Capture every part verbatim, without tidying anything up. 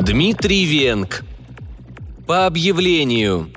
Дмитрий Венг. По объявлению.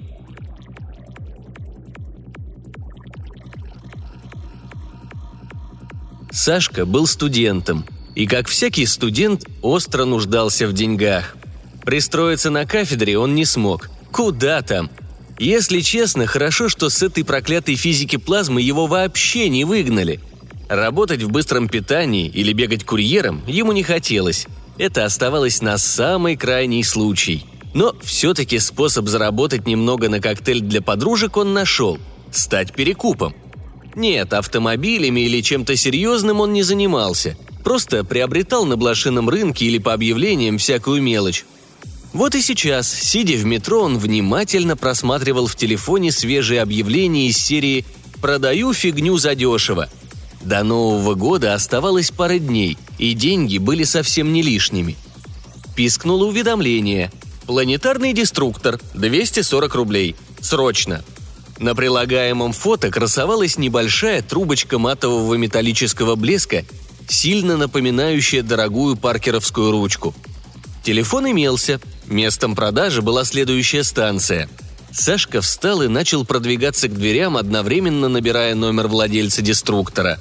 Сашка был студентом, и, как всякий студент, остро нуждался в деньгах. Пристроиться на кафедре он не смог. Куда там? Если честно, хорошо, что с этой проклятой физики плазмы его вообще не выгнали. Работать в быстром питании или бегать курьером ему не хотелось. Это оставалось на самый крайний случай. Но все-таки способ заработать немного на коктейль для подружек он нашел – стать перекупом. Нет, автомобилями или чем-то серьезным он не занимался. Просто приобретал на блошином рынке или по объявлениям всякую мелочь. Вот и сейчас, сидя в метро, он внимательно просматривал в телефоне свежие объявления из серии «Продаю фигню задешево». До Нового года оставалось пара дней, и деньги были совсем не лишними. Пискнуло уведомление. «Планетарный деструктор, двести сорок рублей. Срочно!» На прилагаемом фото красовалась небольшая трубочка матового металлического блеска, сильно напоминающая дорогую паркеровскую ручку. Телефон имелся. Местом продажи была следующая станция. Сашка встал и начал продвигаться к дверям, одновременно набирая номер владельца деструктора.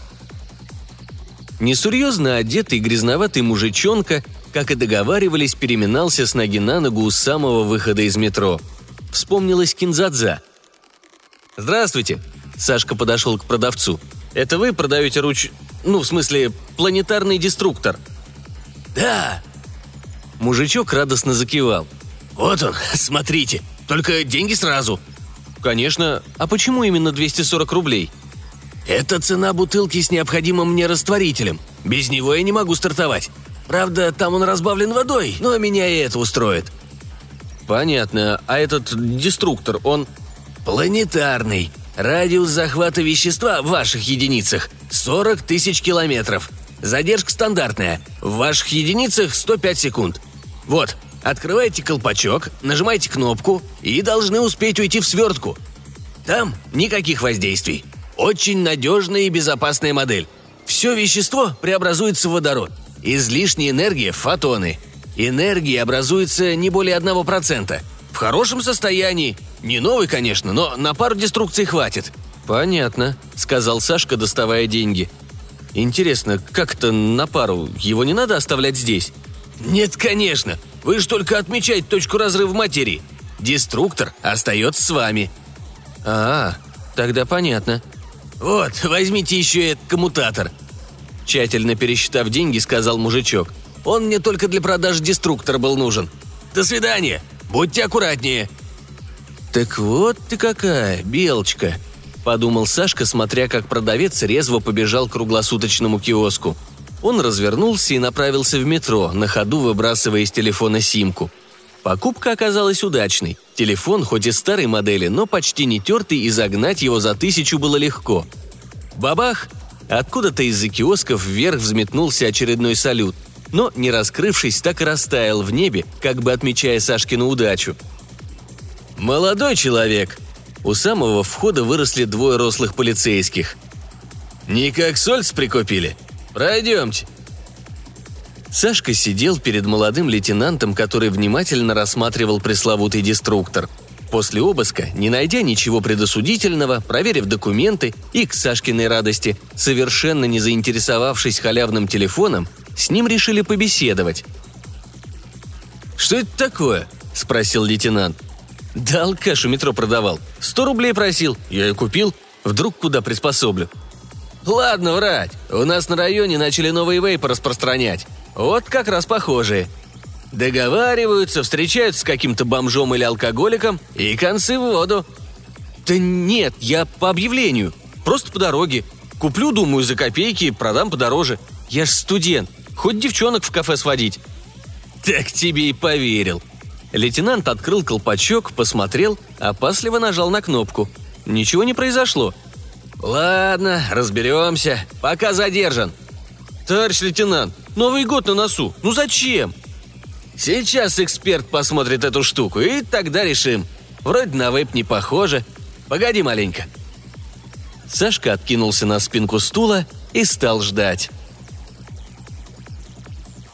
Несерьезно одетый грязноватый мужичонка, как и договаривались, переминался с ноги на ногу у самого выхода из метро. Вспомнилась Кинзадза. «Здравствуйте!» – Сашка подошел к продавцу. «Это вы продаете руч... ну, в смысле, планетарный деструктор?» «Да!» Мужичок радостно закивал. «Вот он, смотрите, только деньги сразу». «Конечно. А почему именно двести сорок рублей?» «Это цена бутылки с необходимым мне растворителем. Без него я не могу стартовать. Правда, там он разбавлен водой, но меня и это устроит». «Понятно. А этот деструктор, он...» «Планетарный. Радиус захвата вещества в ваших единицах – сорок тысяч километров. Задержка стандартная. В ваших единицах сто пять секунд. Вот, открываете колпачок, нажимаете кнопку и должны успеть уйти в свертку. Там никаких воздействий. Очень надежная и безопасная модель. Все вещество преобразуется в водород. Излишняя энергия – фотоны. Энергия образуется не более одного процента. В хорошем состоянии. Не новый, конечно, но на пару деструкций хватит». «Понятно», – сказал Сашка, доставая деньги. «Интересно, как-то на пару? Его не надо оставлять здесь?» «Нет, конечно. Вы же только отмечаете точку разрыва материи. Деструктор остается с вами». «А, тогда понятно». «Вот, возьмите еще этот коммутатор». Тщательно пересчитав деньги, сказал мужичок. «Он мне только для продажи деструктора был нужен. До свидания. Будьте аккуратнее». «Так вот ты какая, белочка», – подумал Сашка, смотря как продавец резво побежал к круглосуточному киоску. Он развернулся и направился в метро, на ходу выбрасывая из телефона симку. Покупка оказалась удачной. Телефон, хоть и старой модели, но почти не тертый, и загнать его за тысячу было легко. Бабах! Откуда-то из-за киосков вверх взметнулся очередной салют, но, не раскрывшись, так и растаял в небе, как бы отмечая Сашкину удачу. «Молодой человек!» У самого входа выросли двое рослых полицейских. «Не как сольц прикупили? Пройдемте!» Сашка сидел перед молодым лейтенантом, который внимательно рассматривал пресловутый деструктор. После обыска, не найдя ничего предосудительного, проверив документы и, к Сашкиной радости, совершенно не заинтересовавшись халявным телефоном, с ним решили побеседовать. «Что это такое?» – спросил лейтенант. «Да алкаш у метро продавал. Сто рублей просил, я и купил. Вдруг куда приспособлю». «Ладно врать. У нас на районе начали новые вейпы распространять. Вот как раз похожие. Договариваются, встречаются с каким-то бомжом или алкоголиком и концы в воду». «Да нет, я по объявлению. Просто по дороге. Куплю, думаю, за копейки, продам подороже. Я ж студент. Хоть девчонок в кафе сводить». «Так тебе и поверил». Лейтенант открыл колпачок, посмотрел, опасливо нажал на кнопку. Ничего не произошло. «Ладно, разберемся. Пока задержан». «Товарищ лейтенант, Новый год на носу. Ну зачем?» «Сейчас эксперт посмотрит эту штуку, и тогда решим. Вроде на вейп не похоже. Погоди маленько». Сашка откинулся на спинку стула и стал ждать.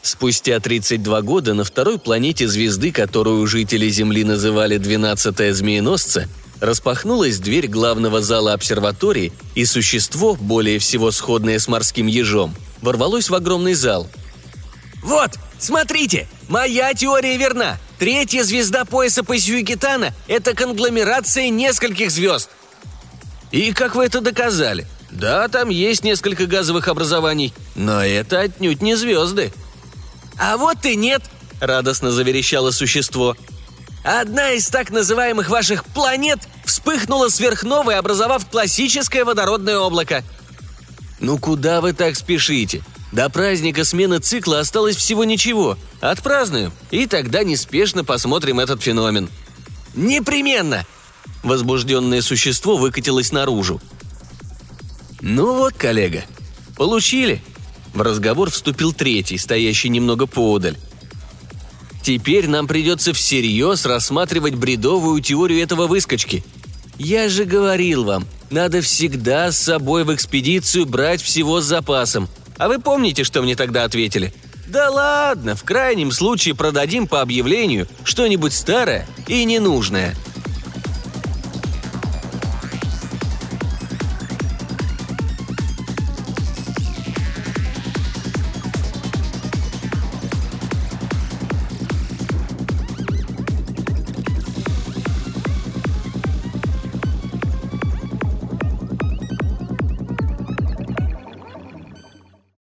Спустя тридцать два года на второй планете звезды, которую жители Земли называли «двенадцатая змееносца», распахнулась дверь главного зала обсерватории, и существо, более всего сходное с морским ежом, ворвалось в огромный зал. «Вот, смотрите, моя теория верна. Третья звезда пояса Пасификитана – это конгломерация нескольких звезд». «И как вы это доказали? Да, там есть несколько газовых образований, но это отнюдь не звезды». «А вот и нет», – радостно заверещало существо. «Одна из так называемых ваших планет вспыхнула сверхновой, образовав классическое водородное облако». «Ну куда вы так спешите? До праздника смены цикла осталось всего ничего. Отпразднуем, и тогда неспешно посмотрим этот феномен». «Непременно!» Возбужденное существо выкатилось наружу. «Ну вот, коллега, получили?» В разговор вступил третий, стоящий немного поодаль. «Теперь нам придется всерьез рассматривать бредовую теорию этого выскочки. Я же говорил вам, надо всегда с собой в экспедицию брать всего с запасом. А вы помните, что мне тогда ответили? Да ладно, в крайнем случае продадим по объявлению что-нибудь старое и ненужное».